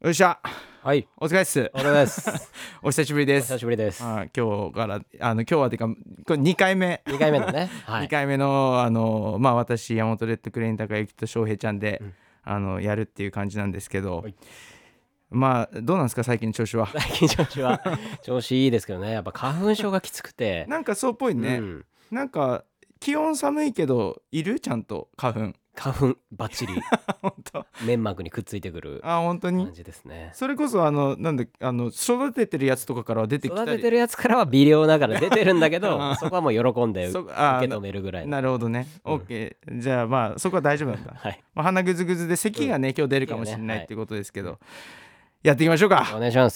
よっしゃ、 はい、 お疲れっす。 お疲れです。 お久しぶりでおす。 久しぶりです。 今日から今日はてかこれ2回目 2回目のね、は 2 い。 回目の私山本レッドクレイン高之と翔平ちゃんで、やるっていう感じなんですけど、 はい、 どうなんですか最近調子は。 最近調子いいですけどね、やっぱ花粉症がきつくてなんかそうっぽいね、なんか気温寒いけどいるちゃんと花粉バッチリ本当粘膜にくっついてくる本当に感じですね。 それこそなんで育ててるやつとかからは出てきたり、 育ててるやつからは微量ながら出てるんだけどそこはもう喜んで受け止めるぐらいなるほどね、OK。 じゃあそこは大丈夫なんだはい、 鼻ぐずぐずで咳がね、今日出るかもしれないっていうことですけど、やっていきましょうか。 お願いします。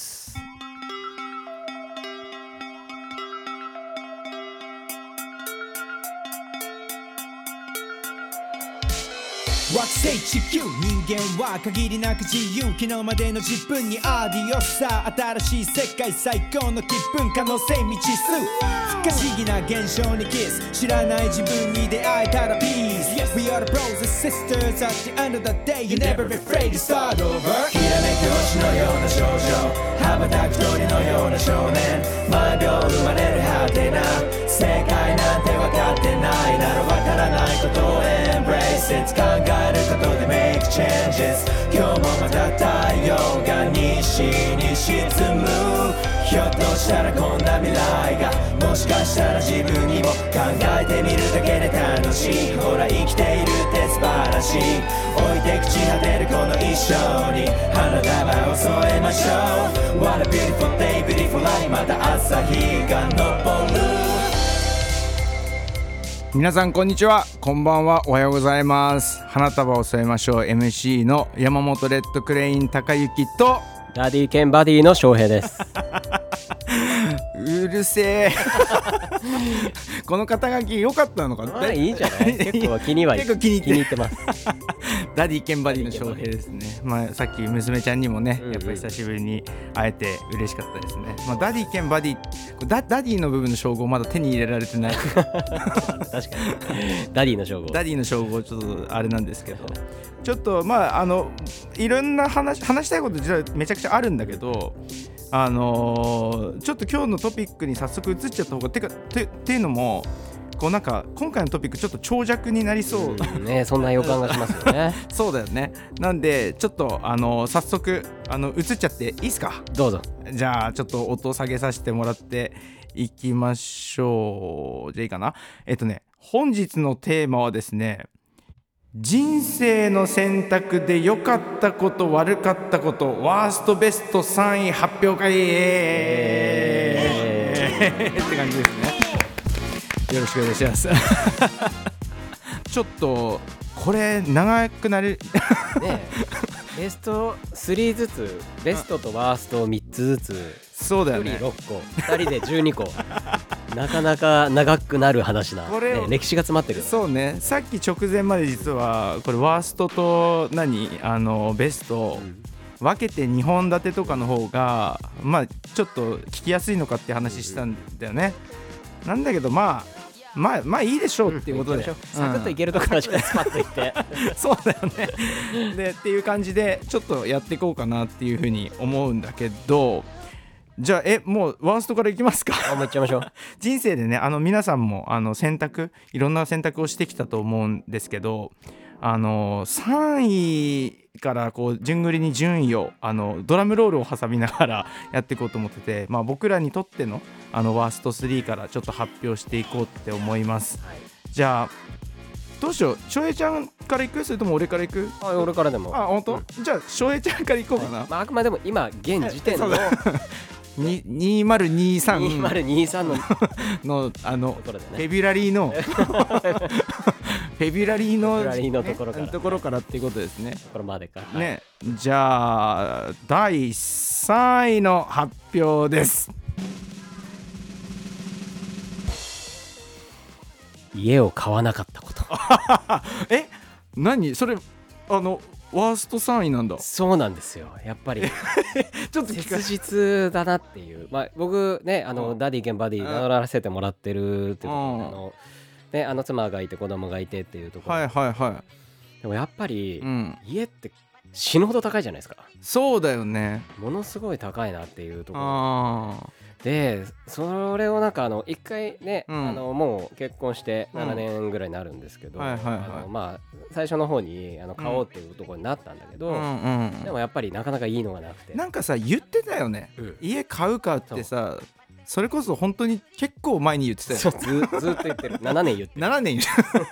惑星地球人間は限りなく自由、昨日までの自分にアディオスさ、新しい世界最高の気分、可能性未知数、不可思議な現象にキス、知らない自分に出会えたらピース、We are the bros and sisters at the end of the day, You're never afraid to start over。 ひらめく星のような少女、羽ばたく鳥のような少年、毎秒生まれるハテナ、正解なんて分かってないなら分からないことを Embrace it、 考えることで Make changes、 今日もまた太陽が西に沈む、ひょっとしたらこんな未来がもしかしたら自分にも、考えてみるだけで楽しい、ほら生きているって素晴らしい、置いて朽ち果てるこの一生に花束を添えましょう。 What a beautiful day, beautiful life、 また朝日が昇る。 皆さんこんにちは、こんばんは、おはようございます。花束を添えましょう MC の山本レッドクレイン高之とダディケンバディの翔平ですうるせえこの肩書き良かったのかな。 いいじゃない結構気に入ってますダディケンバディの翔平ですね。さっき娘ちゃんにもね、やっぱり久しぶりに会えて嬉しかったですね。ダディケンバディ、ダディの部分の称号まだ手に入れられてない確かにダディの称号ちょっとあれなんですけど、ちょっといろんな話したいこと実はめちゃくちゃあるんだけど、ちょっと今日のトピックに早速移っちゃった方がっていうのもなんか今回のトピックちょっと長尺になりそう、 ね、そんな予感がしますよねそうだよね。なんでちょっと早速移っちゃっていいですか。 どうぞ。 じゃあちょっと音を下げさせてもらっていきましょう。じゃあいいかな。本日のテーマはですね、人生の選択で良かったこと悪かったこと、ワーストベスト3位発表会って感じですね。よろしくお願いしますちょっとこれ長くなるねベスト3ずつ、ベストとワースト3つずつ、 そうだよね、 1人6個2人で12個なかなか長くなる話な、歴史が詰まってる。 そうね、さっき直前まで実はこれワーストとベスト、分けて2本立てとかの方がちょっと聞きやすいのかって話したんだよね。なんだけどいいでしょうっていうことで、 サクッといけるところからスパッといってそうだよねでっていう感じでちょっとやっていこうかなっていうふうに思うんだけど、じゃあもうワーストからいきますか。 もういっちゃいましょう人生でね、皆さんもいろんな選択をしてきたと思うんですけど、3位から順繰りに順位をドラムロールを挟みながらやっていこうと思ってて、僕らにとってのワースト3からちょっと発表していこうって思います、じゃあどうしよう、翔平ちゃんから行く、それとも俺から行く。 俺からでも。 本当、じゃあ翔平ちゃんから行こうかな、 あくまでも今現時点の 2023のフェビュラリーのところからっていうことですね。 これまでか、 ね。じゃあ第3位の発表です。 家を買わなかったこと何それワースト3位なんだ。 そうなんですよ、やっぱりちょっと切実だなっていう、僕ねダディ兼バディ名乗らせてもらってるっていうところで、妻がいて子供がいてっていうところ、でもやっぱり、家って死ぬほど高いじゃないですか。 そうだよね。 ものすごい高いなっていうところあで、それをなんか一回ね、 うんもう結婚してうん 7年ぐらいになるんですけど、 はいはいはいまあ最初の方に買おうっていうところになったんだけど、 うんうんでもやっぱりなかなかいいのがなくて、 なんかさ言ってたよね、 うん家買うかってさ、それこそ本当に結構前に言ってたよそうずっと言ってる7年言ってる 7年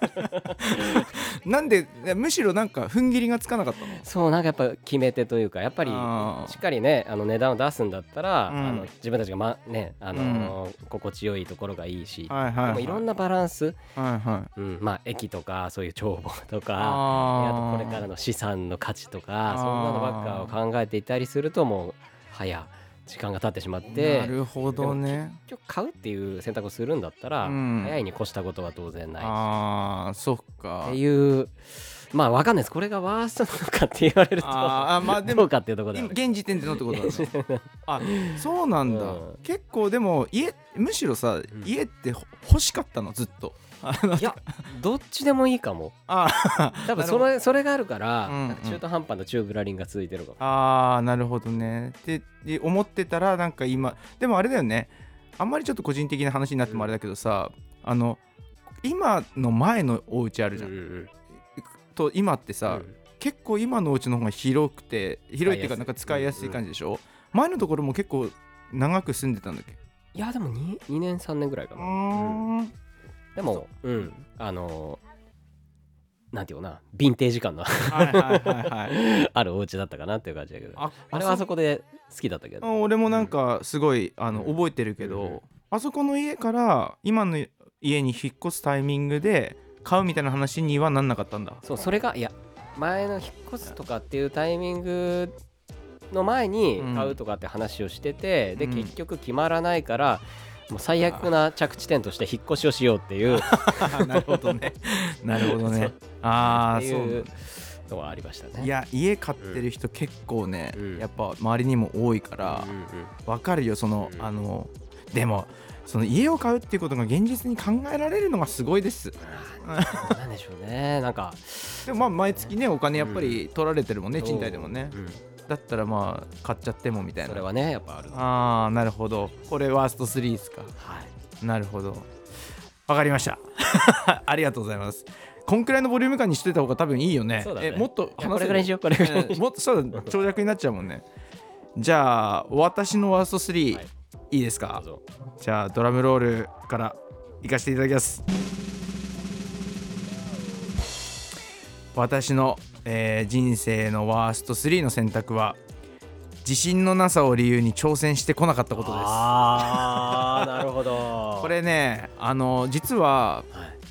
なんでむしろなんか踏ん切りがつかなかったの。 そう、なんかやっぱ決め手というか、やっぱりあーしっかりね値段を出すんだったら、 うん自分たちが心地よいところがいいし、 はいはいはいでもいろんなバランス、 はいはいまあ駅とかそういう帳簿とか、 ああとこれからの資産の価値とか、 あーそんなのばっかを考えていたりすると、もう早時間が経ってしまって、 なるほどね。 結局買うっていう選択をするんだったら、 うん早いに越したことは当然ないあーそっっかていうまあわかんないです。これがワーストなのかって言われるとまあでもどうかっていうところだよね。 現時点でのってことだねあそうなんだ、 うん結構でもむしろさ、 ん家って欲しかったのずっといやどっちでもいいかも。 あ多分それがあるから、 うんうんなんか中途半端なチューブラリンが続いてるかも。 なるほどねで思ってたらなんか今でもあれだよね、あんまりちょっと個人的な話になってもあれだけどさ、今の前のお家あるじゃん、 うんと今ってさ、 うん結構今のお家の方が広いっていうかなんか使いやすい感じでしょ、前のところも結構長く住んでたんだっけ。 いやでも 2年3年ぐらいかな。でもなんていうかな、ヴィンテージ感のはいはいはいはいあるお家だったかなっていう感じだけど、 ああれはあそこで好きだったけど。 俺もなんかすごい覚えてるけど、 うんあそこの家から今の家に引っ越すタイミングで買うみたいな話にはなんなかったんだ。 そう、それがいや前の引っ越すとかっていうタイミングの前に買うとかって話をしてて、でうん結局決まらないから、もう最悪な着地点として引っ越しをしようっていうなるほどねなるほどねってそういうのはありましたね。 いや家買ってる人結構ね、 うんやっぱ周りにも多いからうんうんわかるよその、 うんでもその家を買うっていうことが現実に考えられるのがすごいです。 なんでしょうね、なんかでもまあ毎月ねお金やっぱり取られてるもんね、 そう賃貸でもね、 うんだったらまあ買っちゃってもみたいな。 それはねやっぱある。 なるほど、これワースト3ですか。 はいなるほど、わかりましたありがとうございます。こんくらいのボリューム感にしてた方が多分いいよね。 そうだねもっといやこれぐらいにしよう、これぐらいにもっとそうだ長尺になっちゃうもんね。じゃあ私のワースト3、 はいいいですか。 どうぞ。 じゃあドラムロールからいかせていただきます。私の、人生のワースト3の選択は自信のなさを理由に挑戦してこなかったことです。 なるほど。 これね実ははい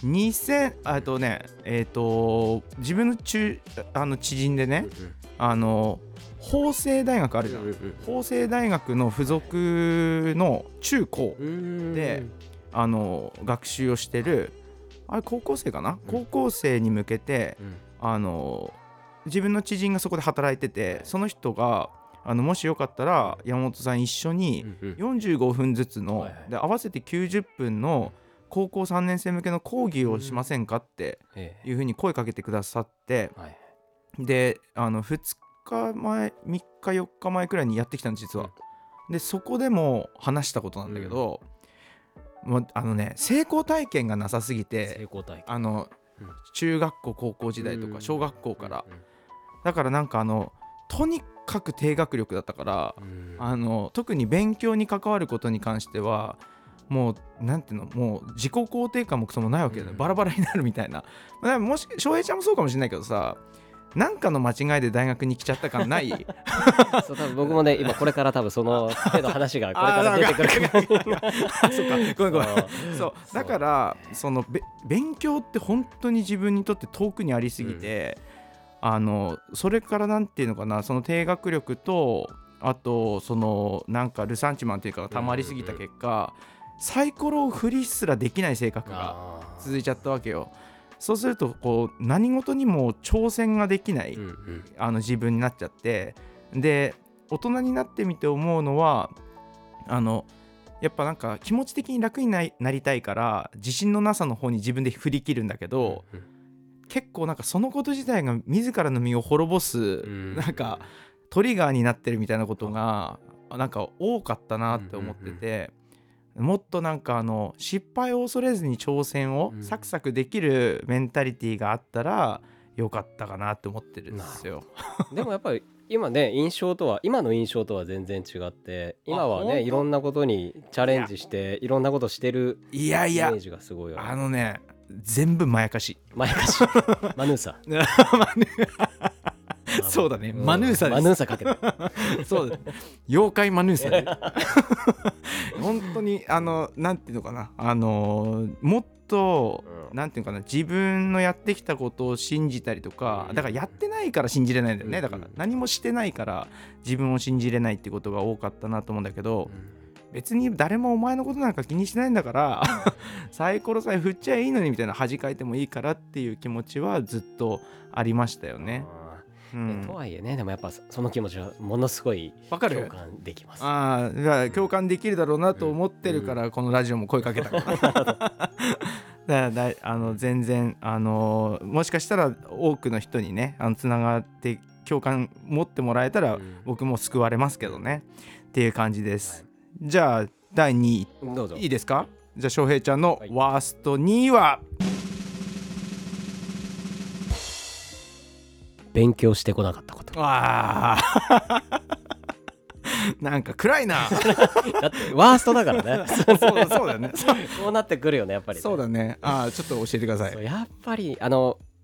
自分の知人でね法政大学あるじゃん、法政大学の附属の中高で学習をしてるあれ高校生かな、高校生に向けて自分の知人がそこで働いてて、その人がもしよかったら山本さん一緒に45分ずつので合わせて90分の高校3年生向けの講義をしませんかっていうふうに声かけてくださって、で2日前3日4日前くらいにやってきたんです実は。でそこでも話したことなんだけど、もう成功体験がなさすぎて成功体験中学校高校時代とか小学校からだからなんかとにかく低学力だったから特に勉強に関わることに関してはもうなんていうのもう自己肯定感もクソもないわけだよ、バラバラになるみたいな。だからもし翔平ちゃんもそうかもしれないけどさ、なんかの間違いで大学に来ちゃった感ないそう多分僕もね今これから多分その手の話がこれから出てくるからそっかごめんそうだからその勉強って本当に自分にとって遠くにありすぎて、それからなんていうのかな、その低学力とあとそのなんかルサンチマンっていうかたまりすぎた結果、サイコロを振りすらできない性格が続いちゃったわけよ。そうするとこう何事にも挑戦ができない、自分になっちゃって、で大人になってみて思うのはやっぱなんか気持ち的に楽になりたいから自信のなさの方に自分で振り切るんだけど、 結構なんかそのこと自体が自らの身を滅ぼす、なんかトリガーになってるみたいなことがなんか多かったなって思ってて、もっとなんか失敗を恐れずに挑戦をサクサクできるメンタリティがあったらよかったかなって思ってるんですよ。 でもやっぱり今ね今の印象とは全然違って、今はねいろんなことにチャレンジしていろんなことしてるイメージがすごいよね。 全部まやかしマヌーサそうだね、マヌーサです。 マヌーサかけたそうだ、妖怪マヌーサで本当になんていうのかな、もっと、なんていうのかな、自分のやってきたことを信じたりとか、だからやってないから信じれないんだよね。だから何もしてないから自分を信じれないってことが多かったなと思うんだけど、別に誰もお前のことなんか気にしないんだからサイコロさえ振っちゃいいのにみたいな、恥かいてもいいからっていう気持ちはずっとありましたよね。 とはいえね、でもやっぱその気持ちはものすごい共感できます。 共感できるだろうなと思ってるから、このラジオも声かけたから全然もしかしたら多くの人にねつながって共感持ってもらえたら、僕も救われますけどね、っていう感じです。じゃあ第2位どうぞ。 いいですか？じゃあ翔平ちゃんのワースト2位は、 勉強してこなかったこと。 なんか暗いなだってワーストだからねそうだよねそうなってくるよね、やっぱり、ね、 そうだね。ちょっと教えてください。 やっぱりや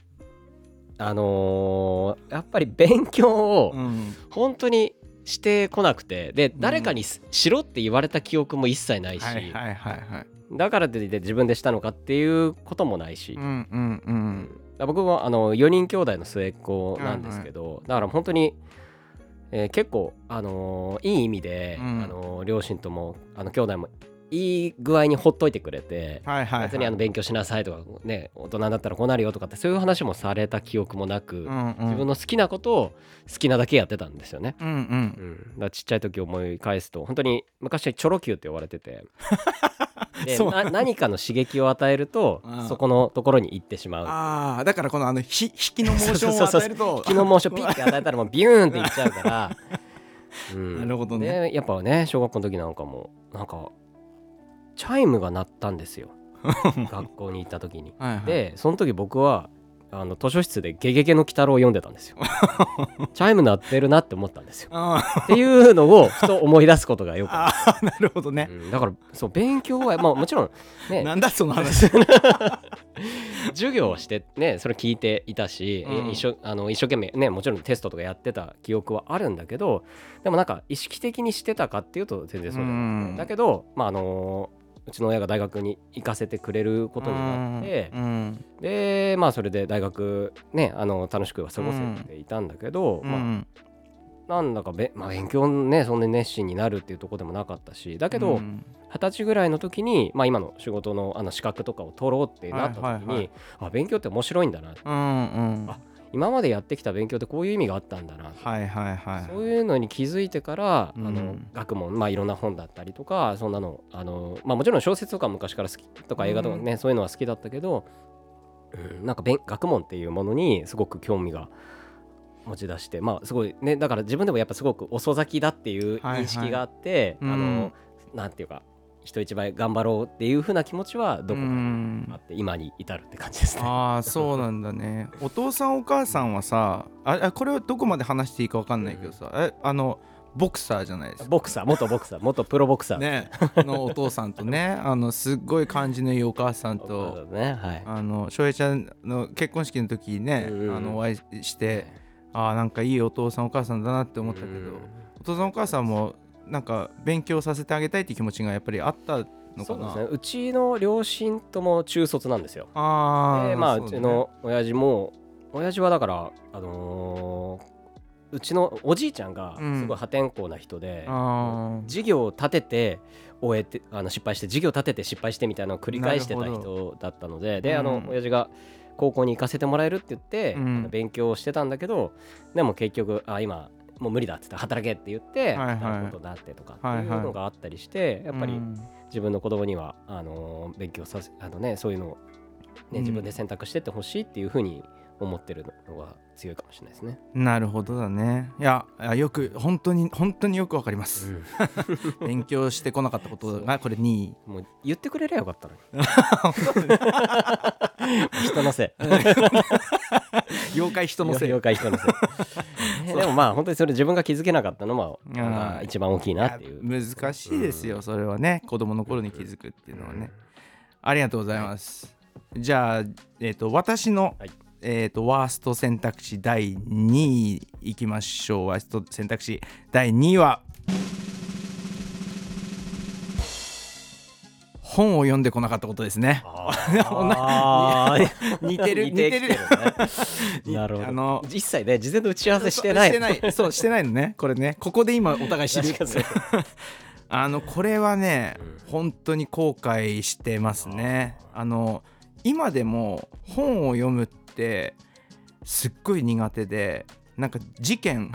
っぱり勉強を本当にしてこなくて、で誰かにしろって言われた記憶も一切ないし、だからといって自分でしたのかっていうこともないし、僕も4人兄弟の末っ子なんですけど、だから本当に、結構いい意味で、両親とも兄弟もいい具合にほっといてくれて、別に勉強しなさいとかね、大人だったらこうなるよとかってそういう話もされた記憶もなく、自分の好きなことを好きなだけやってたんですよね。だからちっちゃい時思い返すと、本当に昔チョロ Q って呼ばれててで何かの刺激を与えるとそこのところに行ってしまう。だからこの引きのモーションを与えると引きのモーションピッて与えたらもうビューンっていっちゃうからなるほどね。 でやっぱね、小学校の時なんかもなんかチャイムが鳴ったんですよ学校に行った時にでその時僕は図書室でゲゲゲの鬼太郎を読んでたんですよチャイム鳴ってるなって思ったんですよっていうのをふと思い出すことがよくある。 なるほどね、 だからそう勉強は、もちろんねなんだその話授業をしてね、それ聞いていたし、一生懸命ね、もちろんテストとかやってた記憶はあるんだけど、でもなんか意識的にしてたかっていうと全然そうじゃなくて、だけどうちの親が大学に行かせてくれることになって、でそれで大学ね楽しくは過ごせていたんだけど、なんだか勉強ねそんなに熱心になるっていうところでもなかったし、だけど20歳ぐらいの時に、今の仕事の資格とかを取ろうってなった時に、勉強って面白いんだな、今までやってきた勉強ってこういう意味があったんだな、そういうのに気づいてから、学問、いろんな本だったりとかそんなのもちろん小説とか昔から好きとか映画とかね、そういうのは好きだったけど、なんか学問っていうものにすごく興味が持ち出して、すごいね、だから自分でもやっぱすごく遅咲きだっていう認識があって、なんていうか人一倍頑張ろうっていう風な気持ちはどこかにあって今に至るって感じですね。 そうなんだね。お父さんお母さんはさ、これはどこまで話していいか分かんないけどさ、ボクサーじゃないですか。 元プロボクサーねのお父さんとねすっごい感じのいいお母さんと翔平ちゃんの結婚式の時にねお会いして、なんかいいお父さんお母さんだなって思ったけど、お父さんお母さんもなんか勉強させてあげたいって気持ちがやっぱりあったのかな。 そうですね、うちの両親とも中卒なんですよ。でうちの親父はだからうちのおじいちゃんがすごい破天荒な人で、事業を立てて終えて失敗して事業立てて失敗してみたいなのを繰り返してた人だったので、で親父が高校に行かせてもらえるって言って、勉強をしてたんだけど、でも結局今もう無理だって言って働けって言ってなることだってとかっていうのがあったりして、やっぱり自分の子供には勉強させそういうのを自分で選択してってほしいっていうふうに思ってるのが強いかもしれないですね。 なるほどだね。いやよく本当によくわかります、勉強してこなかったことがこれ2位。 もう言ってくれりゃよかったのに人のせい妖怪人のせい妖怪人のせいでもまあ本当にそれ自分が気づけなかったのも一番大きいなっていう。 難しいですよ、それはね。子供の頃に気づくっていうのはね。ありがとうございます、じゃあ、私の、ワースト選択肢第2位いきましょう。ワースト選択肢第2位は本を読んでこなかったことですね。似てるなるほど。一切ね事前の打ち合わせしてないしてないのね。これね、ここで今お互い知るこれはね、本当に後悔してますね。今でも本を読むってすっごい苦手で、なんか事件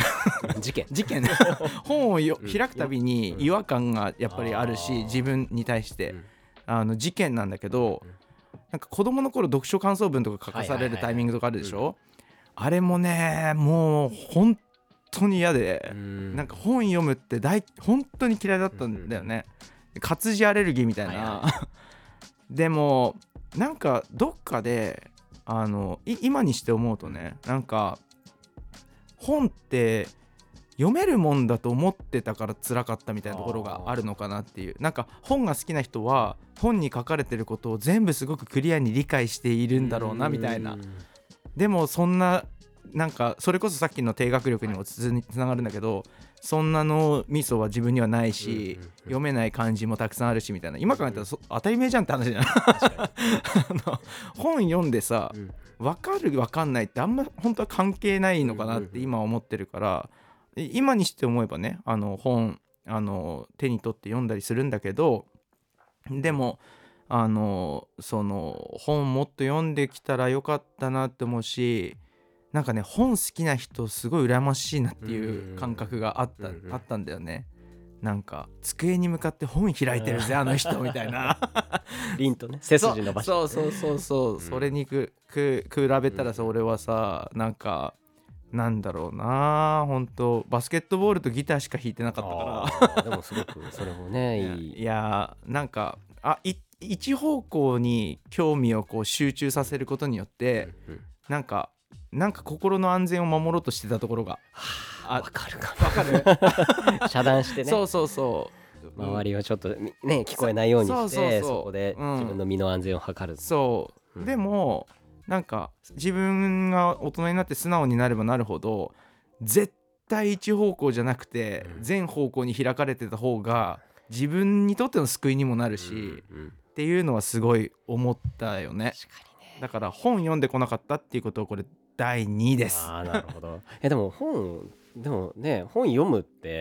本を開くたびに違和感がやっぱりあるし、自分に対して事件なんだけど、なんか子供の頃読書感想文とか書かされるタイミングとかあるでしょ。あれもね、もう本当に嫌で、なんか本読むって本当に嫌いだったんだよね。活字アレルギーみたいな、でもなんかどっかで今にして思うとね、なんか本って読めるもんだと思ってたから辛かったみたいなところがあるのかなっていう。なんか本が好きな人は本に書かれてることを全部すごくクリアに理解しているんだろうなみたいな。でもそんな、なんかそれこそさっきの低学力にもつながるんだけど、そんなのミソは自分にはないし、読めない漢字もたくさんあるしみたいな。今考えたら当たり前じゃんって話じゃない本読んでさ、分かる分かんないってあんま本当は関係ないのかなって今思ってるから、今にして思えばね、本手に取って読んだりするんだけど、でもその本もっと読んできたらよかったなって思うし、なんかね、本好きな人すごい羨ましいなっていう感覚があったんだよね。なんか机に向かって本開いてるぜあの人みたいな凛とね背筋伸ばして、 そう、それに比べたらさ、俺はさ、なんかなんだろうな、本当バスケットボールとギターしか弾いてなかったからでもすごくそれもねいやなんか一方向に興味をこう集中させることによって、なんか心の安全を守ろうとしてたところがわかるかわかる遮断してね、 そう周りをちょっとね聞こえないようにして、そこで自分の身の安全を図る。 でもなんか自分が大人になって素直になればなるほど、絶対一方向じゃなくて全方向に開かれてた方が自分にとっての救いにもなるし、っていうのはすごい思ったよね。 確かにね。 だから本読んでこなかったっていうことはこれ第2位です。 なるほど。でも本読むって、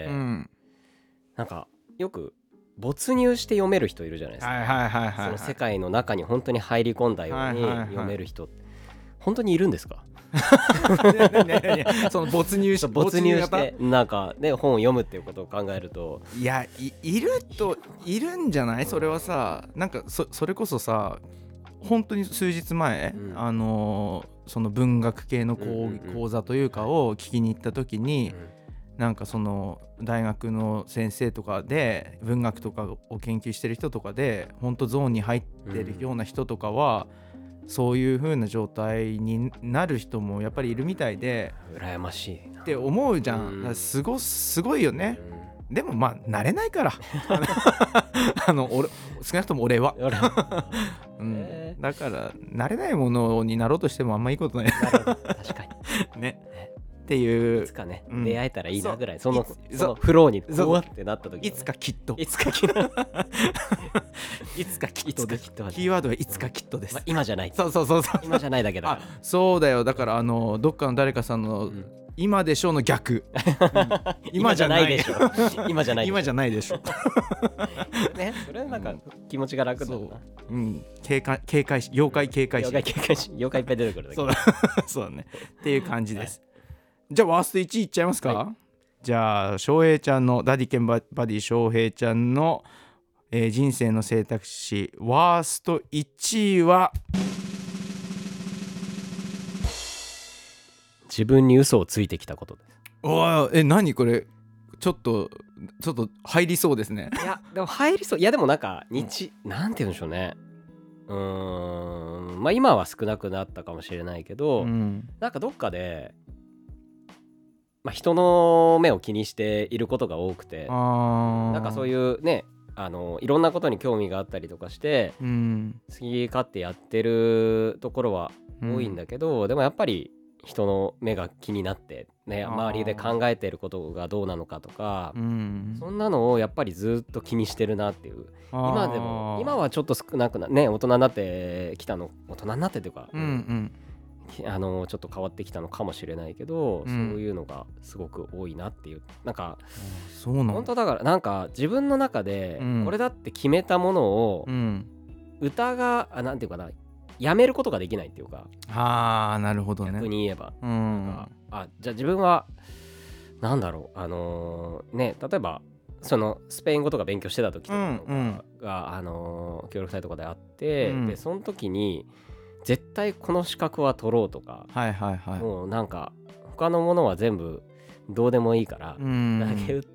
なんかよく没入して読める人いるじゃないですか。その世界の中に本当に入り込んだように読める人、本当にいるんですか？ その没入してなんかね本を読むっていうことを考えると、 いや いるんじゃない？それはさ、なんかそれこそさ、本当に数日前、その文学系の講座というかを聞きに行った時に、なんかその大学の先生とかで文学とかを研究してる人とかで本当ゾーンに入ってるような人とかは、そういう風な状態になる人もやっぱりいるみたいで、 羨ましいなって思うじゃん。すごいよね。でもまあ慣れないから少なくとも俺はだから慣れないものになろうとしてもあんまいいことない確かにねっていう、 いつかね、出会えたらいいなぐらい、そのフローにこうってなった時、 いつかきっといつかきっとキーワードはいつかきっとです、 今じゃない。 そう今じゃないだけだ。 そうだよ。だからどっかの誰かさんの今でしょの逆、 今じゃないでしょ今じゃないでしょね、それはなんか気持ちが楽だな。 警戒し妖怪警戒し妖怪いっぱい出てくるだけ。 そうだねっていう感じです。じゃあワースト1位いっちゃいますか。じゃあ翔平ちゃんのダディケンバディ翔平ちゃんの、人生の選択肢ワースト1位は自分に嘘をついてきたことです。 おー、何これ、ちょっと入りそうですね。 いやでも入りそう。いやでもなんかなんて言うんでしょうね。まあ今は少なくなったかもしれないけど、なんかどっかで、まあ、人の目を気にしていることが多くて、なんかそういうね、いろんなことに興味があったりとかして、好き勝手やってるところは多いんだけど、でもやっぱり人の目が気になってね、周りで考えてることがどうなのかとか、そんなのをやっぱりずっと気にしてるなっていう。今はちょっと少なくね、大人になってきたの、大人になってというか、ちょっと変わってきたのかもしれないけど、そういうのがすごく多いなっていう。なんか本当だから、なんか自分の中でこれだって決めたものをなんていうかな、やめることができないっていうか。 なるほどね。 逆に言えば、じゃあ自分はなんだろう、ね、例えばそのスペイン語とか勉強してた時とかが、協力隊とかであって、でその時に絶対この資格は取ろうとか、もうなんか他のものは全部どうでもいいから投げ打って、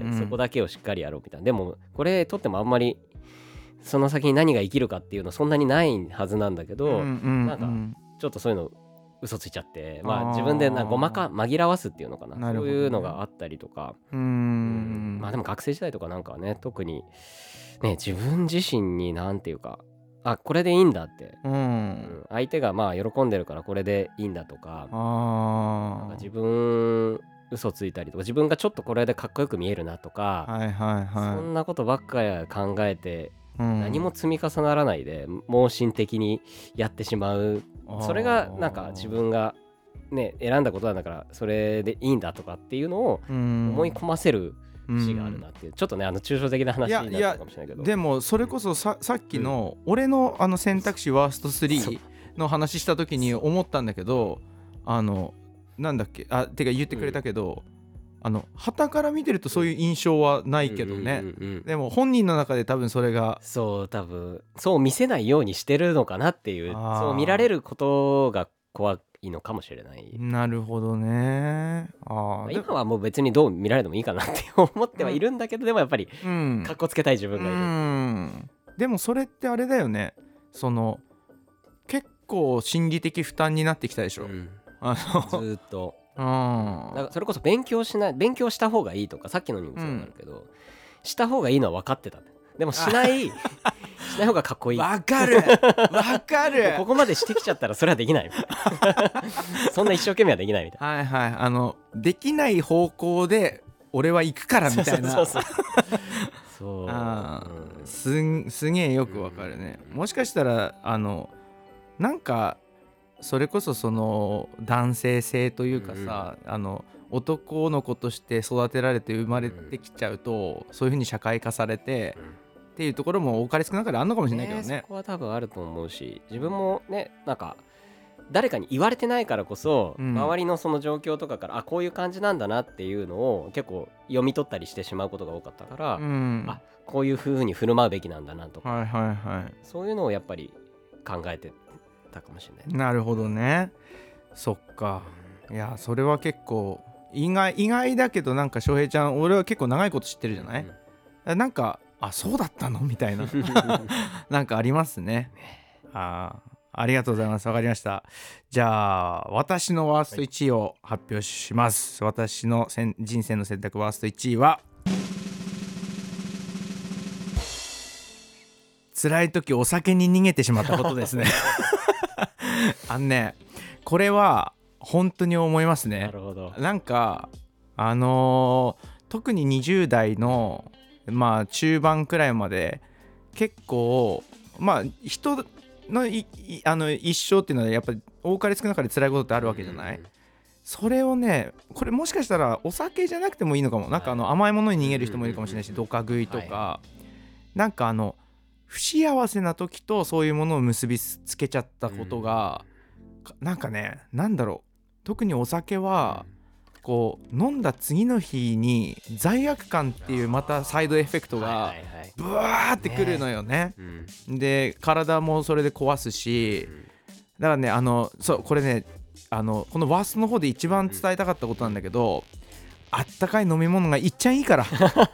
そこだけをしっかりやろうみたいな。でもこれ取ってもあんまりその先に何が生きるかっていうのそんなにないはずなんだけど、なんかちょっとそういうの嘘ついちゃって、まあ自分で紛らわすっていうのかな、そういうのがあったりとか。まあでも学生時代とかなんかはね、特にね、自分自身になんていうか、これでいいんだって、相手がまあ喜んでるからこれでいいんだとか、なんか自分嘘ついたりとか、自分がちょっとこれでかっこよく見えるなとか、そんなことばっかり考えて、何も積み重ならないで盲信的にやってしまう。それがなんか自分がね選んだことなんだからそれでいいんだとかっていうのを思い込ませる節があるなっていう。ちょっとね抽象的な話になっちゃうかもしれないけど、 でもそれこそさっきの俺の選択肢ワースト3の話した時に思ったんだけど、なんだっけ、てか言ってくれたけど、旗から見てるとそういう印象はないけどね、でも本人の中で多分それが多分そう見せないようにしてるのかなっていう、そう見られることが怖いのかもしれない。 なるほどね。 今はもう別にどう見られてもいいかなって思ってはいるんだけど、でもやっぱりかっこつけたい自分がいる。 でもそれってあれだよね、結構心理的負担になってきたでしょ、 ずっと。だからそれこそ勉強した方がいいとか、さっきのにもそうなるけど、した方がいいのは分かってた。でもしない方がかっこいい。 わかるここまでしてきちゃったらそれはできないそんな一生懸命はできないみたいな。できない方向で俺は行くからみたいな。すげえよくわかるね。もしかしたらなんかそれこそその男性性というかさ、男の子として育てられて生まれてきちゃうと、そういう風に社会化されて、っていうところも多かれ少なかれあんのかもしれないけどね。 そこは多分あると思うし、自分もね、なんか誰かに言われてないからこそ、周りのその状況とかからこういう感じなんだなっていうのを結構読み取ったりしてしまうことが多かったから、こういう風に振る舞うべきなんだなとか、そういうのをやっぱり考えてたかもしれない。 なるほどね。そっか。いやそれは結構意外だけど、なんか翔平ちゃん俺は結構長いこと知ってるじゃない、なんかそうだったのみたいななんかありますね。ありがとうございます。わかりました。じゃあ私のワースト1位を発表します。私の人生の選択ワースト1位は、辛い時お酒に逃げてしまったことですねこれは本当に思いますね。 なるほど。 なんか特に20代の中盤くらいまで結構人の一生っていうのはやっぱり多かれ少なかれ辛いことってあるわけじゃない、それをね、これもしかしたらお酒じゃなくてもいいのかも。なんか甘いものに逃げる人もいるかもしれないし、ドカ食いとか、なんか不幸せな時とそういうものを結びつけちゃったことが、なんかね、なんだろう、特にお酒はこう飲んだ次の日に罪悪感っていうまたサイドエフェクトがブワーってくるのよね。で体もそれで壊すし、だからねこれねこのワーストの方で一番伝えたかったことなんだけど、あったかい飲み物がいっちゃいいから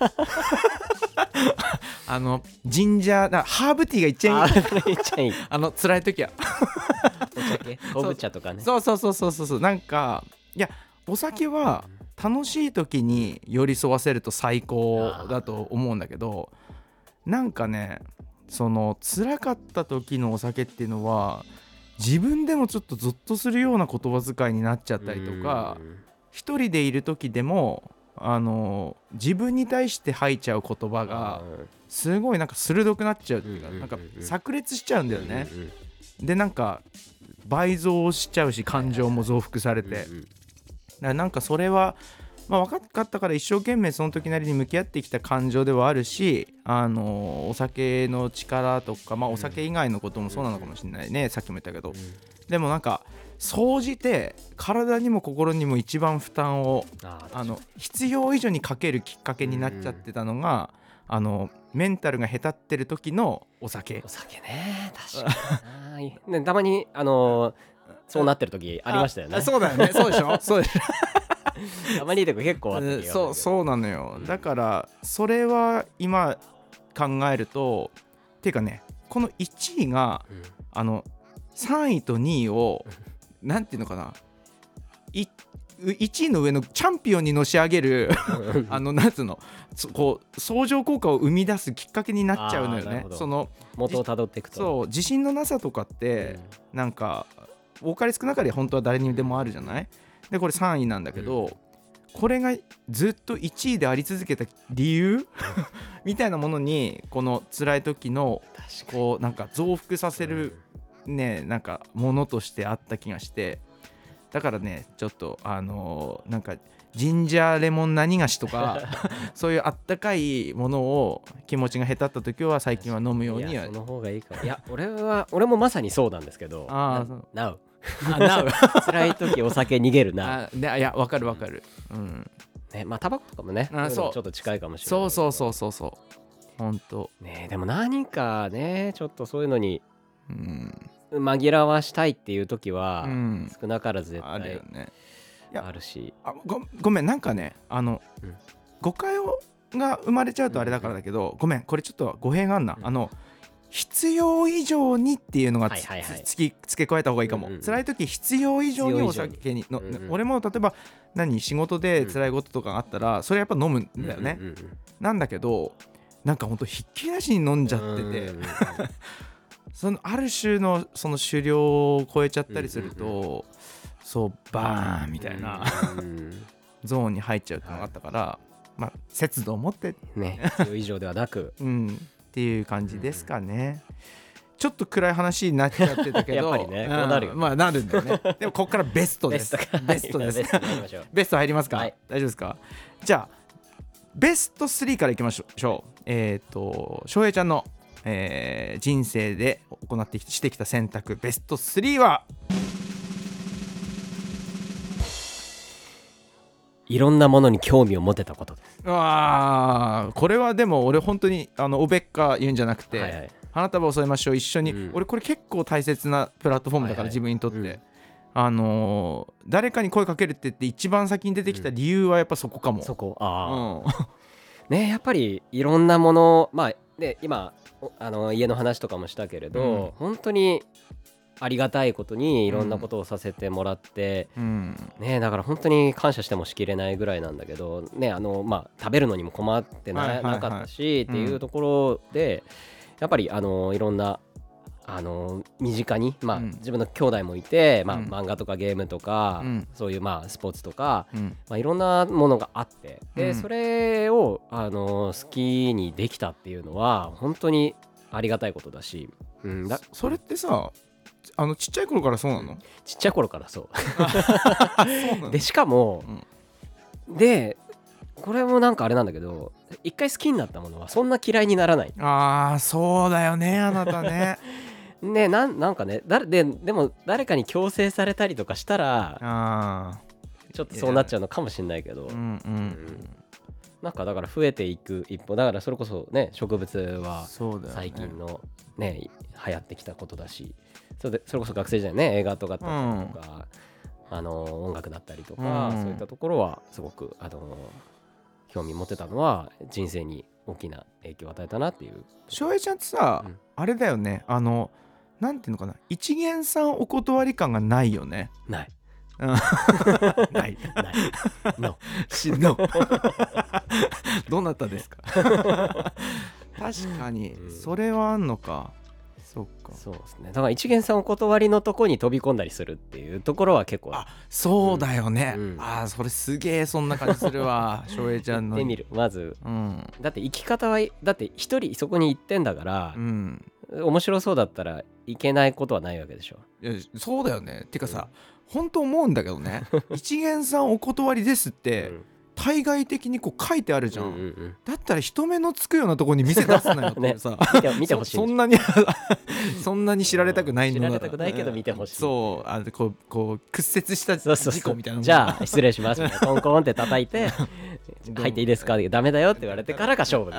ジンジャーハーブティーがいっちゃいいいっちゃいい辛い時はお茶系昆布茶とかね。 そうなんかいやお酒は楽しい時に寄り添わせると最高だと思うんだけど、なんかねその辛かった時のお酒っていうのは自分でもちょっとゾッとするような言葉遣いになっちゃったりとか、一人でいる時でも自分に対して吐いちゃう言葉がすごいなんか鋭くなっちゃうっていうか、なんか炸裂しちゃうんだよね。でなんか倍増しちゃうし感情も増幅されて、だからなんかそれは分かったから一生懸命その時なりに向き合ってきた感情ではあるし、お酒の力とか、お酒以外のこともそうなのかもしれないね、さっきも言ったけど、でもなんか総じて体にも心にも一番負担を必要以上にかけるきっかけになっちゃってたのが、メンタルがへたってる時のお酒ね。確かにね、たまにそうなってる時ありましたよね。 そうだよねそうでしょそうでしょたまにでも結構あった気がする。 そうなのよ。だからそれは今考えるとっていうかね、この1位が、3位と2位をなんていうのかな、1位の上のチャンピオンにのし上げるなんつうのこう相乗効果を生み出すきっかけになっちゃうのよね。その元をたどっていくと、 そう自信のなさとかって、なんか多かれ少なかれ本当は誰にでもあるじゃない。でこれ3位なんだけど、これがずっと1位であり続けた理由みたいなものにこの辛い時のこうなんか増幅させるね、なんかものとしてあった気がして、だからねちょっとなんかジンジャーレモン何菓子とかそういうあったかいものを気持ちがへたった時は最近は飲むようには。 その方がいいから。いや俺もまさにそうなんですけど、なう辛い時お酒逃げるな。 いやわかる、 ね、タバコとかもね、そうちょっと近いかもしれない。 そう本当ね。でも何かねちょっとそういうのに紛らわしたいっていう時は少なからず絶対あるよね。 あるし、 ごめんなんかね誤解が生まれちゃうとあれだからだけど、ごめんこれちょっと語弊があんな、必要以上にっていうのが付け加えた方がいいかも。辛い時必要以上にお酒に俺も例えば仕事で辛いこととかあったらそれやっぱ飲むんだよね。なんだけどなんかほんとひっきりなしに飲んじゃっててそのある種のその狩猟を超えちゃったりすると、そうバーンみたいなゾーンに入っちゃうっていうのがあったから、節度を持ってね、必要以上ではなくっていう感じですかね。ちょっと暗い話になっちゃってたけどやっぱりねこうなるよね。 なるんだよね。でもここからベストです。ベスト入りますか、大丈夫ですか。じゃあベスト3からいきましょう。翔平ちゃんの、人生で行ってしてきた選択ベスト3は、 いろんなものに興味を持てたことです。 これはでも俺本当におべっか言うんじゃなくて、花束を添えましょう一緒に、俺これ結構大切なプラットフォームだから、自分にとって、誰かに声かけるって言って一番先に出てきた理由はやっぱそこかも。 ね、やっぱりいろんなもの、で今家の話とかもしたけれど、本当にありがたいことにいろんなことをさせてもらって、ね、だから本当に感謝してもしきれないぐらいなんだけど、ね、食べるのにも困ってなかったしっていうところで、やっぱりいろんな身近に、自分の兄弟もいて、漫画とかゲームとか、そういうスポーツとか、いろんなものがあって、でそれを好きにできたっていうのは本当にありがたいことだし、 それってさちっちゃい頃からそうなの？ ちっちゃい頃からそうでしかも、でこれもなんかあれなんだけど、一回好きになったものはそんな嫌いにならない。 そうだよねあなたねね、なんかねでも誰かに強制されたりとかしたらちょっとそうなっちゃうのかもしれないけど、なんかだから増えていく一歩だから、それこそね植物は最近のね流行ってきたことだし、それこそ学生時代ね映画とかとか、 音楽だったりとか、 うんそういったところはすごく興味持てたのは人生に大きな影響を与えたなっていう。 翔平ちゃんってさ、 うんあれだよね、なんていうのかな、一元さんお断り感がないよね。 ないうんないないののどなたですか確かに、それはあんのか。そっか。 そうですね。だから一元さんお断りのとこに飛び込んだりするっていうところは結構そうだよね、それすげえそんな感じするわ翔平ちゃんの。 行ってみるまず、だって生き方はだって一人そこに行ってんだから、面白そうだったらいけないことはないわけでしょ。 いやそうだよね。てかさ、本当思うんだけどね一元さんお断りですって、対外的にこう書いてあるじゃん、だったら人目のつくようなところに店出すなよってさ、 見てほしいそんなに知られたくないのなら、 知られたくないけど見てほしい。 そうこう屈折した事故みたいな。 じゃあ失礼しますみたいなコンコンって叩いて入っていいですかってダメだよって言われてからが勝負。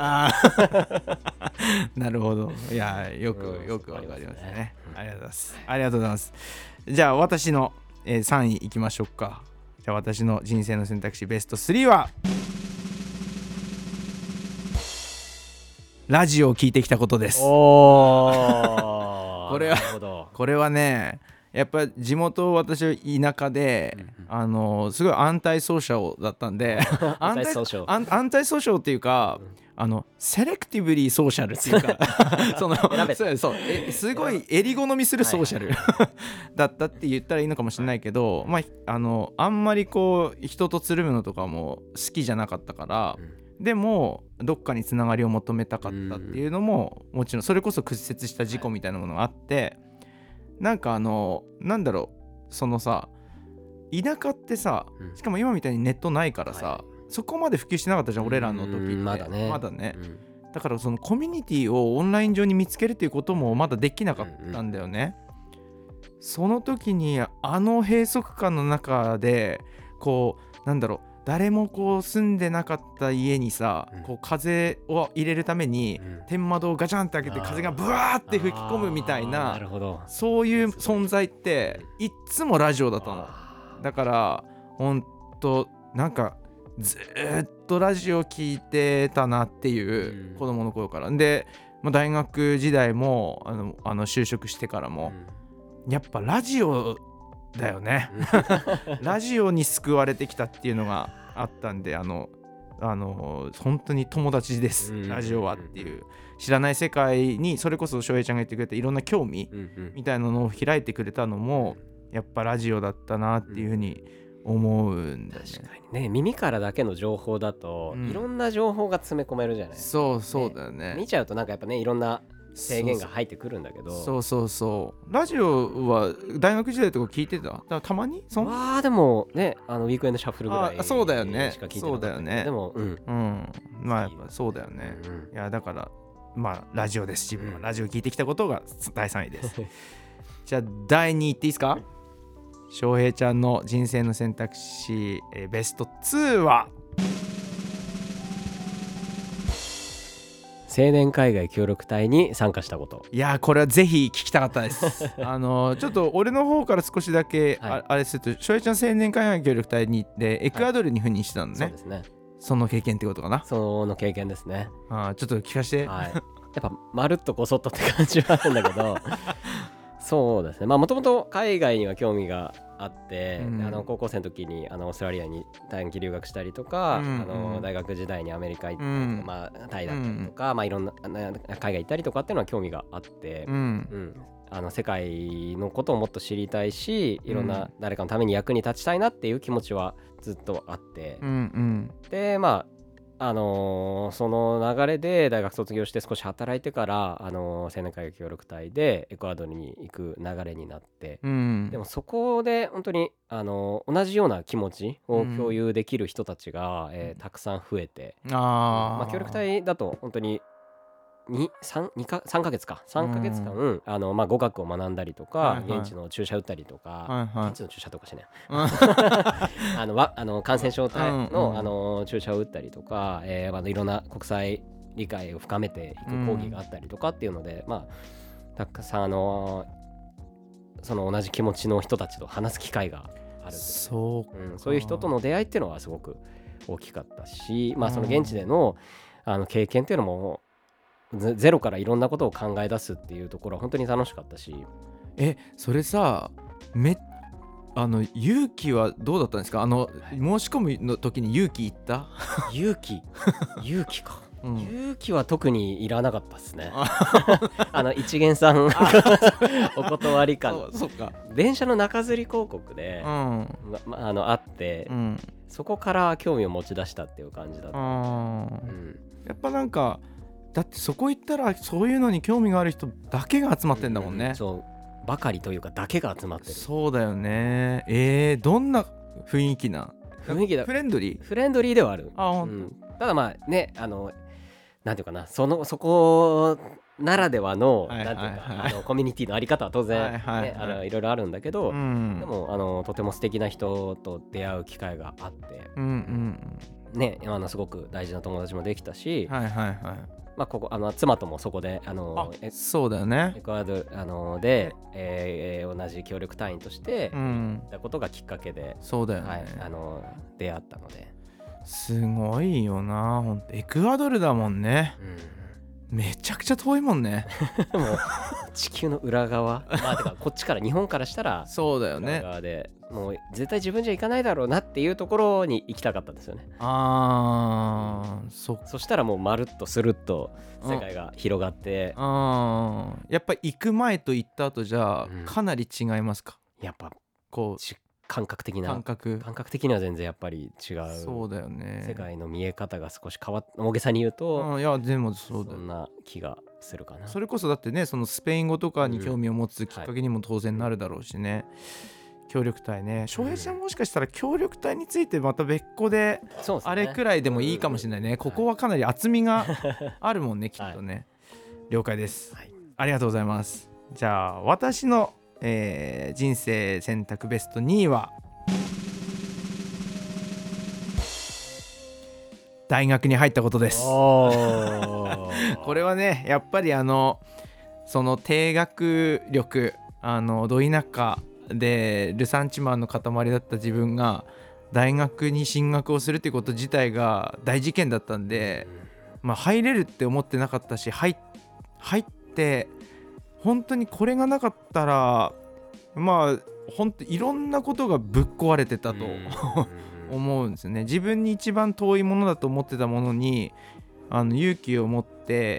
なるほど。いやよくわかりますね。ありがとうございます。ありがとうございます。じゃあ私の3位いきましょうか。じゃあ私の人生の選択肢ベスト3はラジオを聞いてきたことです。これはね、やっぱ地元私は田舎で、すごい安泰ソーシャルだったんで安泰ソーシャルっていうか、セレクティブリーソーシャルっていうかすごい襟好みするソーシャルだったって言ったらいいのかもしれないけど、あんまりこう人とつるむのとかも好きじゃなかったから、でもどっかにつながりを求めたかったっていうのももちろん、それこそ屈折した事故みたいなものがあって、なんかなんだろう、そのさ田舎ってさ、しかも今みたいにネットないからさ、そこまで普及してなかったじゃん、俺らの時って。まだね、だからそのコミュニティをオンライン上に見つけるっていうこともまだできなかったんだよね。その時に閉塞感の中でこうなんだろう、誰もこう住んでなかった家にさ、こう風を入れるために天窓をガチャンって開けて風がブワーって吹き込むみたいな、そういう存在っていっつもラジオだったの。だからほんとなんかずっとラジオ聞いてたなっていう、子供の頃からで、大学時代も就職してからも、やっぱラジオだよねラジオに救われてきたっていうのがあったんで、本当に友達です、ラジオはっていう。知らない世界に、それこそ翔平ちゃんが言ってくれたいろんな興味みたいなのを開いてくれたのもやっぱラジオだったなっていうふうに思うんだよね。 確かにね、耳からだけの情報だと、いろんな情報が詰め込めるじゃない。 そうだよね。 見ちゃうとなんかやっぱね、いろんな制限が入ってくるんだけど、 そうラジオは大学時代とか聞いてた？たまにでもね、ウィークエンドシャッフルぐらいそうだよね。 しか聞いてなかった。 そうだよね。 でもやっぱそうだよね。いやだからラジオです。自分はラジオ聞いてきたことが第3位ですじゃあ第2位いっていいですか？翔平ちゃんの人生の選択肢ベスト2は青年海外協力隊に参加したこと。 いやこれはぜひ聞きたかったですちょっと俺の方から少しだけあれすると、翔平ちゃん青年海外協力隊に行ってエクアドルに赴任してたのね。そうですね。その経験ってことかな。 その経験ですね。 ちょっと聞かせて。 やっぱまるっとこそっとって感じはあるんだけどそうですね。もともと海外には興味があって、高校生の時にオーストラリアに短期留学したりとか、大学時代にアメリカ行ったりとか、タイだったりとか、いろんな海外行ったりとかっていうのは興味があって、世界のことをもっと知りたいし、いろんな誰かのために役に立ちたいなっていう気持ちはずっとあって、でその流れで大学卒業して少し働いてから青年海外協力隊でエクアドルに行く流れになって、でもそこで本当に同じような気持ちを共有できる人たちが、たくさん増えて、協力隊だと本当に3ヶ月間、語学を学んだりとか、現地の注射打ったりとか、現地の注射とかしね感染症の、注射を打ったりとか、いろんな国際理解を深めていく講義があったりとかっていうので、たくさんその同じ気持ちの人たちと話す機会がある、 そうか、 そういう人との出会いっていうのはすごく大きかったし、まあその現地での経験っていうのもゼロからいろんなことを考え出すっていうところは本当に楽しかったし。 それさ勇気はどうだったんですか？申し込むの時に勇気いった勇気か、 うん勇気は特にいらなかったですね。一元さんお断り感。 そうか、 電車の中吊り広告で、あって、そこから興味を持ち出したっていう感じだった。 やっぱなんかだってそこ行ったらそういうのに興味がある人だけが集まってんだもんね、 そうばかりというかだけが集まってる。 そうだよね。どんな雰囲気な雰囲気だ。 フレンドリーではある。ただまあね、なんていうかな、そこならではの、なんていうか、コミュニティのあり方は当然いろいろあるんだけど、でもとても素敵な人と出会う機会があって、ね、すごく大事な友達もできたし、まあここ妻ともそこでそうだよね、 エクアドルで、同じ協力隊員として行ったことがきっかけで、 そうだよね、 出会ったので。 すごいよな、ほんとエクアドルだもんね、めちゃくちゃ遠いもんねもう地球の裏側まあてかこっちから日本からしたらそうだよね、 裏側でもう絶対自分じゃ行かないだろうなっていうところに行きたかったんですよね。そしたらもうまるっとスルッと世界が広がって、 やっぱ行く前と行った後じゃかなり違いますか？ やっぱこう感覚的感覚的には全然やっぱり違う。 そうだよね、 世界の見え方が少し変わっ大げさに言うと、 いやでもそうだよ、 そんな気がするかな。 それこそだってね、そのスペイン語とかに興味を持つきっかけにも当然なるだろうしね、協力隊ね。翔平ちゃんもしかしたら協力隊についてまた別個であれくらいでもいいかもしれないね。ここはかなり厚みがあるもんねきっとね、了解です、ありがとうございます。じゃあ私の、人生選択ベスト2位は大学に入ったことです。これはねやっぱりその低学力ど田舎でルサンチマンの塊だった自分が大学に進学をするっていうこと自体が大事件だったんで、まあ入れるって思ってなかったし、入って本当にこれがなかったらまあ本当いろんなことがぶっ壊れてたと思うんですよね。自分に一番遠いものだと思ってたものに勇気を持って、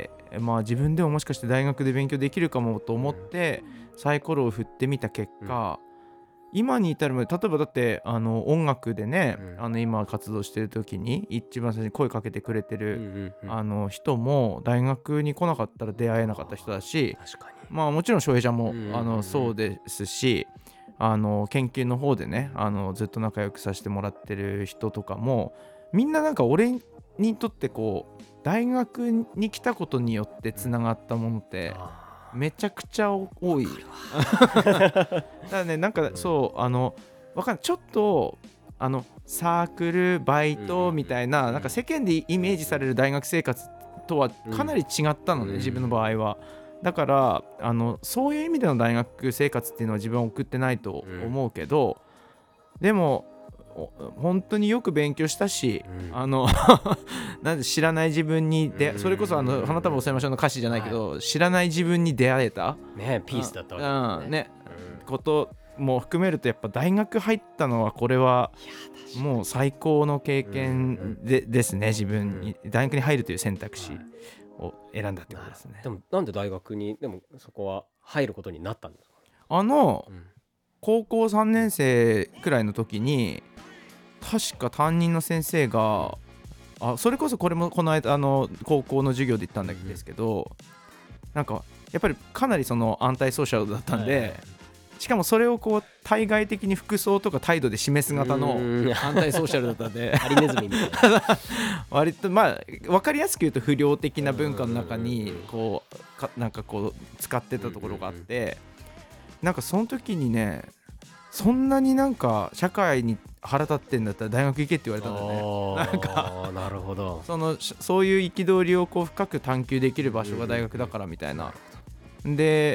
まあ自分でももしかして大学で勉強できるかもと思ってサイコロを振ってみた結果、今に至るまで、例えばだって音楽でね、今活動してる時に一番最初に声かけてくれてる、人も大学に来なかったら出会えなかった人だし、まあもちろん翔平ちゃんも、そうですし、研究の方でねずっと仲良くさせてもらってる人とかもみんななんか俺にとってこう大学に来たことによってつながったものってめちゃくちゃ多いだからね、なんかそうわかんない、ちょっとサークルバイトみたいな、なんか世間でイメージされる大学生活とはかなり違ったのね、自分の場合は。だからそういう意味での大学生活っていうのは自分は送ってないと思うけど、でも本当によく勉強したし、なんで知らない自分にそれこそ花束を添えましょうの歌詞じゃないけど、知らない自分に出会えたね、ピースだったわけですね。 ことも含めるとやっぱ大学入ったのはこれはもう最高の経験ですね。自分に大学に入るという選択肢を選んだってことですね。 でもなんで大学にでもそこは入ることになったんですか？ 高校3年生くらいの時に確か担任の先生がそれこそこれもこの間高校の授業で言ったんですけど、なんかやっぱりかなりそのアンタイソーシャルだったんで、しかもそれをこう対外的に服装とか態度で示す型のアンタイソーシャルだったんでハリネズミみたいな割とまあ分かりやすく言うと不良的な文化の中にこうなんかこう使ってたところがあって、なんかその時にね、そんなになんか社会に腹立ってんだったら大学行けって言われたんだよね。なんかなるほど、 そういう憤りをこう深く探求できる場所が大学だからみたいな。で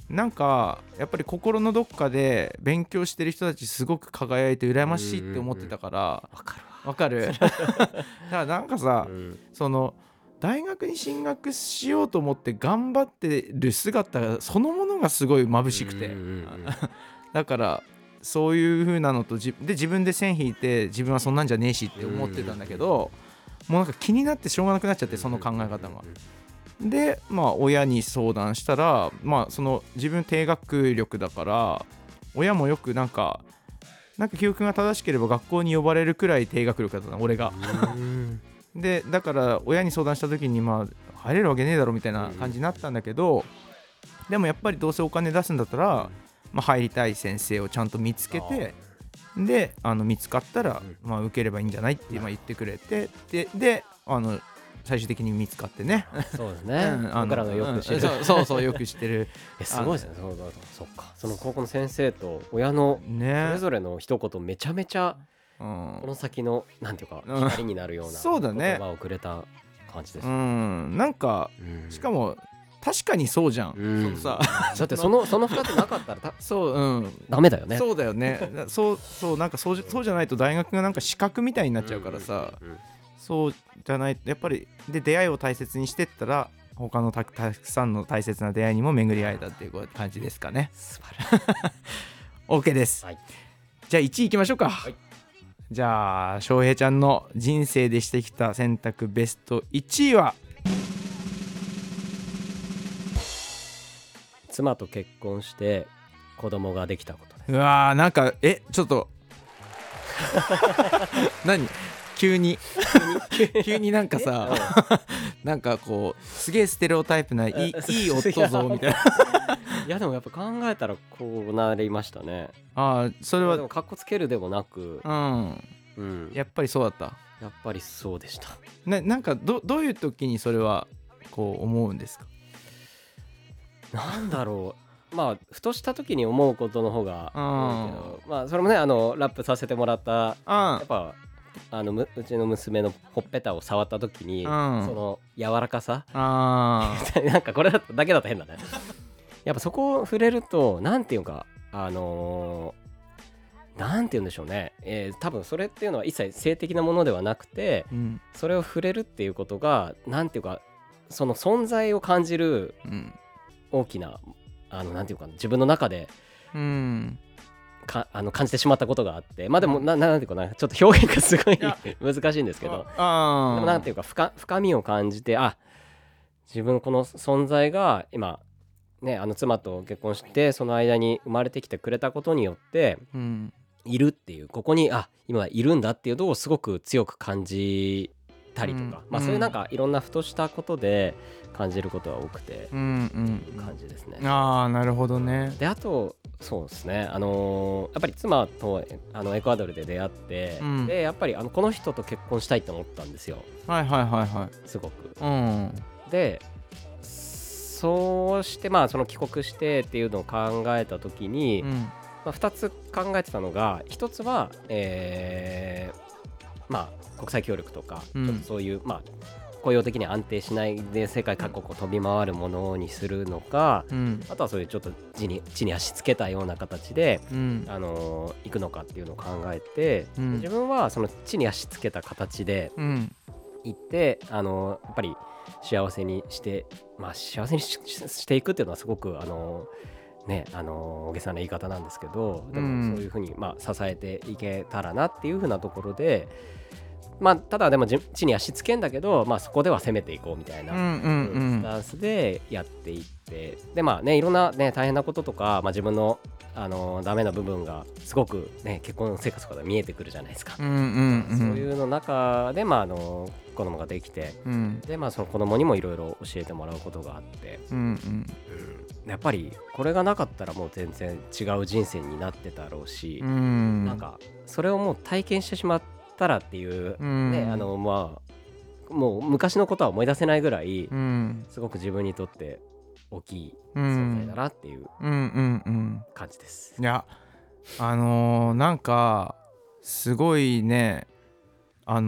なんかやっぱり心のどっかで勉強してる人たちすごく輝いて羨ましいって思ってたから、 わかるわかるだからなんかさ、 うんその大学に進学しようと思って頑張ってる姿そのものがすごい眩しくて、 うんうんうんだからそういう風なのと自分で線引いて自分はそんなんじゃねえしって思ってたんだけど、もうなんか気になってしょうがなくなっちゃって、その考え方が。でまあ親に相談したら、まあその自分低学力だから親もよくなんか記憶が正しければ学校に呼ばれるくらい低学力だったな俺が。 うんでだから親に相談した時にまあ入れるわけねえだろみたいな感じになったんだけど、でもやっぱりどうせお金出すんだったら、まあ、入りたい先生をちゃんと見つけて、で見つかったら、まあ、受ければいいんじゃないってまあ言ってくれて、で最終的に見つかってね。 そうですね、僕らのよく知る、 そうよく知ってるすごいですね。そっか、その高校の先生と親のそれぞれの一言めちゃめちゃこの先のなんていうか光になるようなそうだね言葉をくれた感じです。 なんかしかも確かにそうじゃん、そうさだってその2つなかったらそうダメだよね。 そうだよねそうなんかそうじゃないと大学がなんか資格みたいになっちゃうからさ、そうじゃないやっぱりで出会いを大切にしてったら他のたくさんの大切な出会いにも巡り会えたっていう感じですかね。 素晴らしい OK です、じゃあ1位いきましょうか。じゃあ翔平ちゃんの人生でしてきた選択ベスト1位は妻と結婚して子供ができたことです。 うわーなんかちょっと何急になんかさなんかこうすげえステレオタイプないい夫ぞみたいないやでもやっぱ考えたらこうなりましたね。 それはでもカッコつけるでもなく、 やっぱりそうだった。 やっぱりそうでした。 なんかどういう時にそれはこう思うんですか？ なんだろう、まあふとした時に思うことの方が多いけど、まあそれもねラップさせてもらったやっぱうちの娘のほっぺたを触った時に、その柔らかさなんかこれだけだと変だねやっぱそこを触れるとなんていうかなんて言うんでしょうね、多分それっていうのは一切性的なものではなくて、それを触れるっていうことがなんていうかその存在を感じる大きななんていうか自分の中で感じてしまったことがあって、まあでもなんていうかなちょっと表現がすごい難しいんですけど、でもなんていうか深みを感じて自分この存在が今ね妻と結婚してその間に生まれてきてくれたことによって、いるっていうここに今いるんだっていうのをすごく強く感じたりとか、まあそういうなんかいろんなふとしたことで感じることが多くて感じですね。 なるほどね。 であとそうですねやっぱり妻とエクアドルで出会って、でやっぱりこの人と結婚したいと思ったんですよ。すごく。でそうしてその帰国してっていうのを考えた時に、2つ考えてたのが、1つは国際協力とか、ちょっとそういう雇用的に安定しないで世界各国を飛び回るものにするのか、あとはそういうちょっと地に足つけたような形で、行くのかっていうのを考えて、自分はその地に足つけた形で行って、やっぱり幸せにしていくっていうのはすごく大げさな言い方なんですけど、でもそういうふうに支えていけたらなっていうふうなところで、ただでも地に足つけんだけど、そこでは攻めていこうみたいなスタンスでやっていって、でいろんな大変なこととか、自分のダメな部分がすごく結婚生活とかで見えてくるじゃないですか。そういうの中で子供ができて、でその子供にもいろいろ教えてもらうことがあって、やっぱりこれがなかったらもう全然違う人生になってたろうし、なんかそれをもう体験してしまったらっていう、もう昔のことは思い出せないぐらい、すごく自分にとって大きい存在だなっていう感じです。 いやなんかすごいね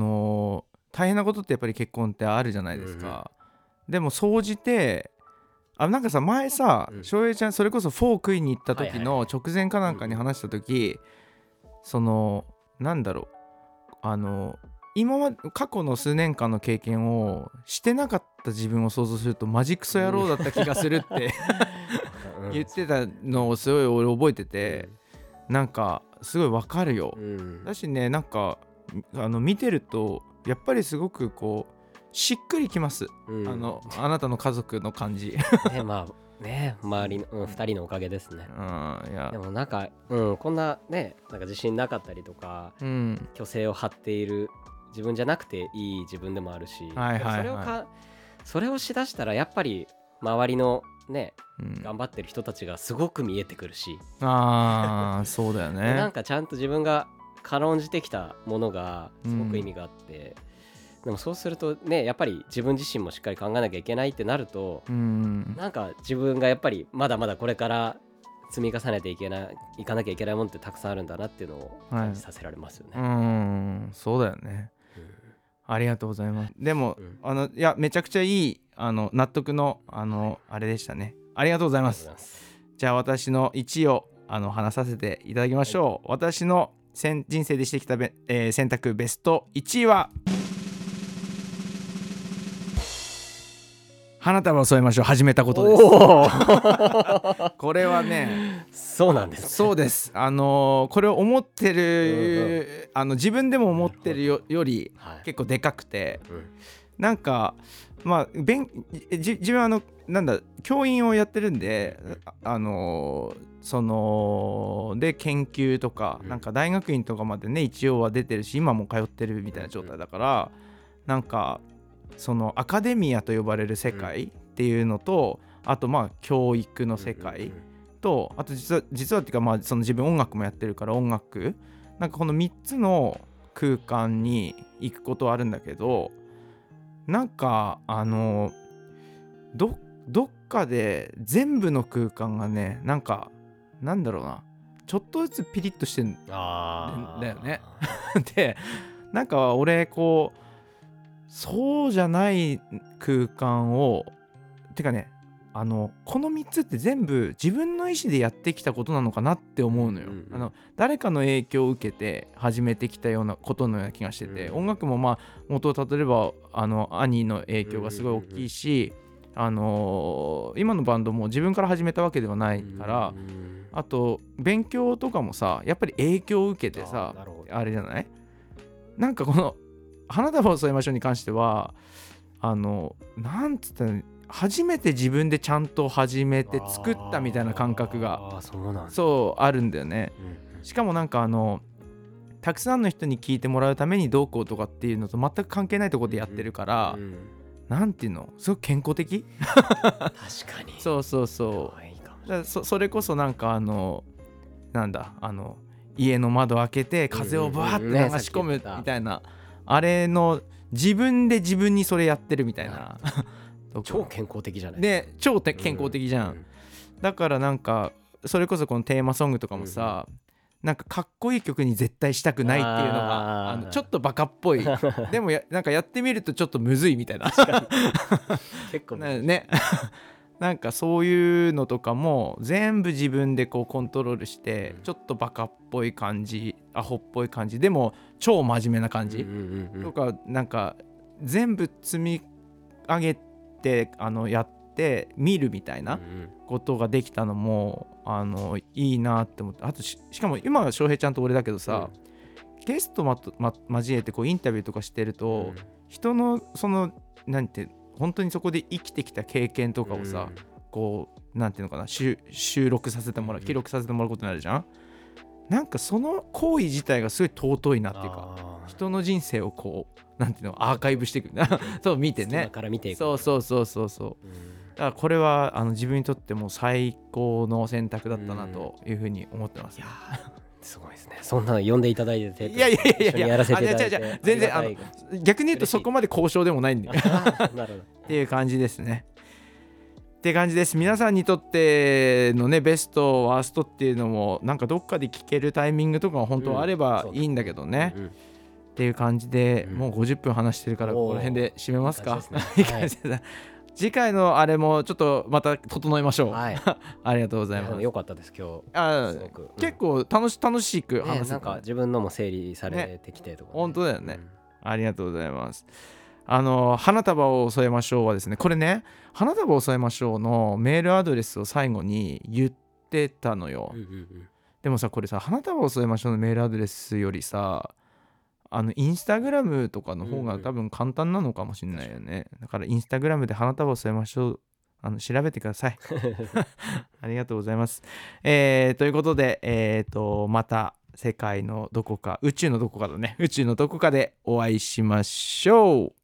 大変なことってやっぱり結婚ってあるじゃないですか。でも総じてなんかさ前さ翔平ちゃんそれこそフォー食いに行った時の直前かなんかに話した時、そのなんだろう今まで過去の数年間の経験をしてなかった自分を想像するとマジクソ野郎だった気がするって言ってたのをすごい俺覚えてて、なんかすごいわかるよ、だしねなんか見てるとやっぱりすごくこうしっくりきます、あなたの家族の感じね、まあね周りの、2人のおかげですね。 いやでもなんか、こんなねなんか自信なかったりとか、虚勢を張っている自分じゃなくていい自分でもあるし、それをしだしたらやっぱり周りのね、頑張ってる人たちがすごく見えてくるし、 そうだよねなんかちゃんと自分が軽んじてきたものがすごく意味があって、でもそうするとねやっぱり自分自身もしっかり考えなきゃいけないってなると、なんか自分がやっぱりまだまだこれから積み重ねていかなきゃいけないものってたくさんあるんだなっていうのを感じさせられますよね。 そうだよね、ありがとうございます。でも、いやめちゃくちゃいい納得のあれでしたね。ありがとうございます。じゃあ私の1位を話させていただきましょう。私の人生でしてきた選択ベスト1位は花束を添えましょう始めたことです。これはねそうなんです、ね、 そうです。これを思ってる、自分でも思ってる より結構でかくて、なんかまあ自分なんだ教員をやってるんで、そので研究とか、なんか大学院とかまでね一応は出てるし今も通ってるみたいな状態だから、なんかそのアカデミアと呼ばれる世界っていうのと、あとまあ教育の世界と、あと実はっていうかまあその自分音楽もやってるから音楽、なんかこの3つの空間に行くことはあるんだけど、なんかどっかで全部の空間がねなんかなんだろうなちょっとずつピリッとしてんだよねでなんか俺こうそうじゃない空間をてかねこの3つって全部自分の意思でやってきたことなのかなって思うのよ、誰かの影響を受けて始めてきたようなことのような気がしてて、音楽もまあ元をたどれば兄の影響がすごい大きいし、今のバンドも自分から始めたわけではないから、あと勉強とかもさやっぱり影響を受けてさ あれじゃない、なんかこの花束を添えましょうに関してはなんつったら初めて自分でちゃんと始めて作ったみたいな感覚がそうあるんだよね、しかもなんかたくさんの人に聞いてもらうためにどうこうとかっていうのと全く関係ないところでやってるから、なんていうのすごく健康的確かにそうだそれこそなんかなんだ家の窓開けて風をバーって流し込むみたいな、あれの自分で自分にそれやってるみたいな超健康的じゃないで超健康的じゃん、だからなんかそれこそこのテーマソングとかもさ、なんかかっこいい曲に絶対したくないっていうのがちょっとバカっぽいでもなんかやってみるとちょっとむずいみたいな結構ねなんかそういうのとかも全部自分でこうコントロールして、ちょっとバカっぽい感じアホっぽい感じでも超真面目な感じとか、なんか全部積み上げてやってみるみたいなことができたのもいいなって思って、あと しかも今は翔平ちゃんと俺だけどさ、ゲスト交えてこうインタビューとかしてると、人のそのなんて本当にそこで生きてきた経験とかをさ、こうなんていうのかな収録させてもらう記録させてもらうことになるじゃん。なんかその行為自体がすごい尊いなっていうか、人の人生をこうなんていうのアーカイブしていくそう見てねから見ていく、 そうだからこれは自分にとっても最高の選択だったなというふうに思ってます、ね、 いやすごいですね。そんなの呼んでいただいていややらせていただいて全然逆に言うとそこまで交渉でもないんでなるほどっていう感じですね。って感じです。皆さんにとってのねベストワーストっていうのもなんかどっかで聞けるタイミングとかが本当はあればいいんだけどね、っていう感じで、もう50分話してるからこの辺で締めますか。 次回のあれもちょっとまた整えましょう。 はいありがとうございます。 よかったです今あ日すごく、 結構楽しく話せた、 なんか自分のも整理されてきてとか、 本当だよね、ありがとうございます。花束を添えましょうはですね、これね、花束を添えましょうのメールアドレスを最後に言ってたのよ、でもさ、これさ、花束を添えましょうのメールアドレスよりさ、インスタグラムとかの方が多分簡単なのかもしれないよね、だからインスタグラムで花束を添えましょう、調べてくださいありがとうございます。ということで、また世界のどこか、宇宙のどこかだね、宇宙のどこかでお会いしましょう。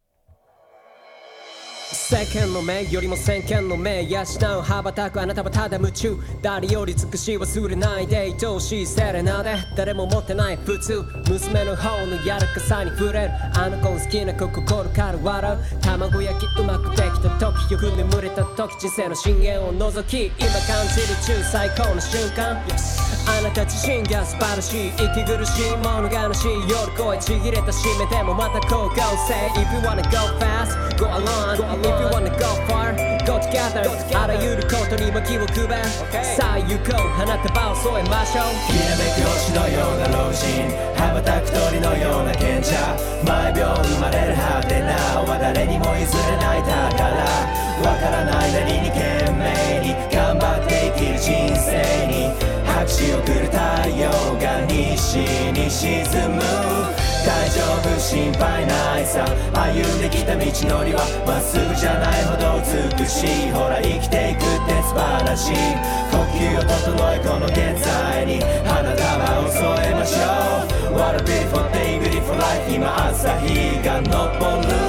世間の目よりも先見の目養う羽ばたくあなたはただ夢中、誰より美しい忘れないで愛おしいセレナで誰も持ってない普通、娘の方の柔らかさに触れるあの子の好きな子心から笑う、卵焼きうまくできた時よく眠れた時人生の深淵を覗き今感じる中最高の瞬間、あなた自身が素晴らしい息苦しい物悲しい夜声ちぎれた締めでもまた高校生 If you wanna go fast go along If you wanna go far, go together あらゆることに薪をくべ、さあ行こう花束を添えましょう。 きらめく星のような老人羽ばたく鳥のような賢者毎秒生まれるハテナは誰にも譲れない宝わからないなりに懸命に頑張って生きる人生に拍手を送る太陽が西に沈む大丈夫心配ないさ歩んできた道のりはまっすぐじゃないほど美しいほら生きていくって素晴らしい呼吸を整えこの現在に花束を添えましょう What a beautiful day beautiful life 今朝日が昇る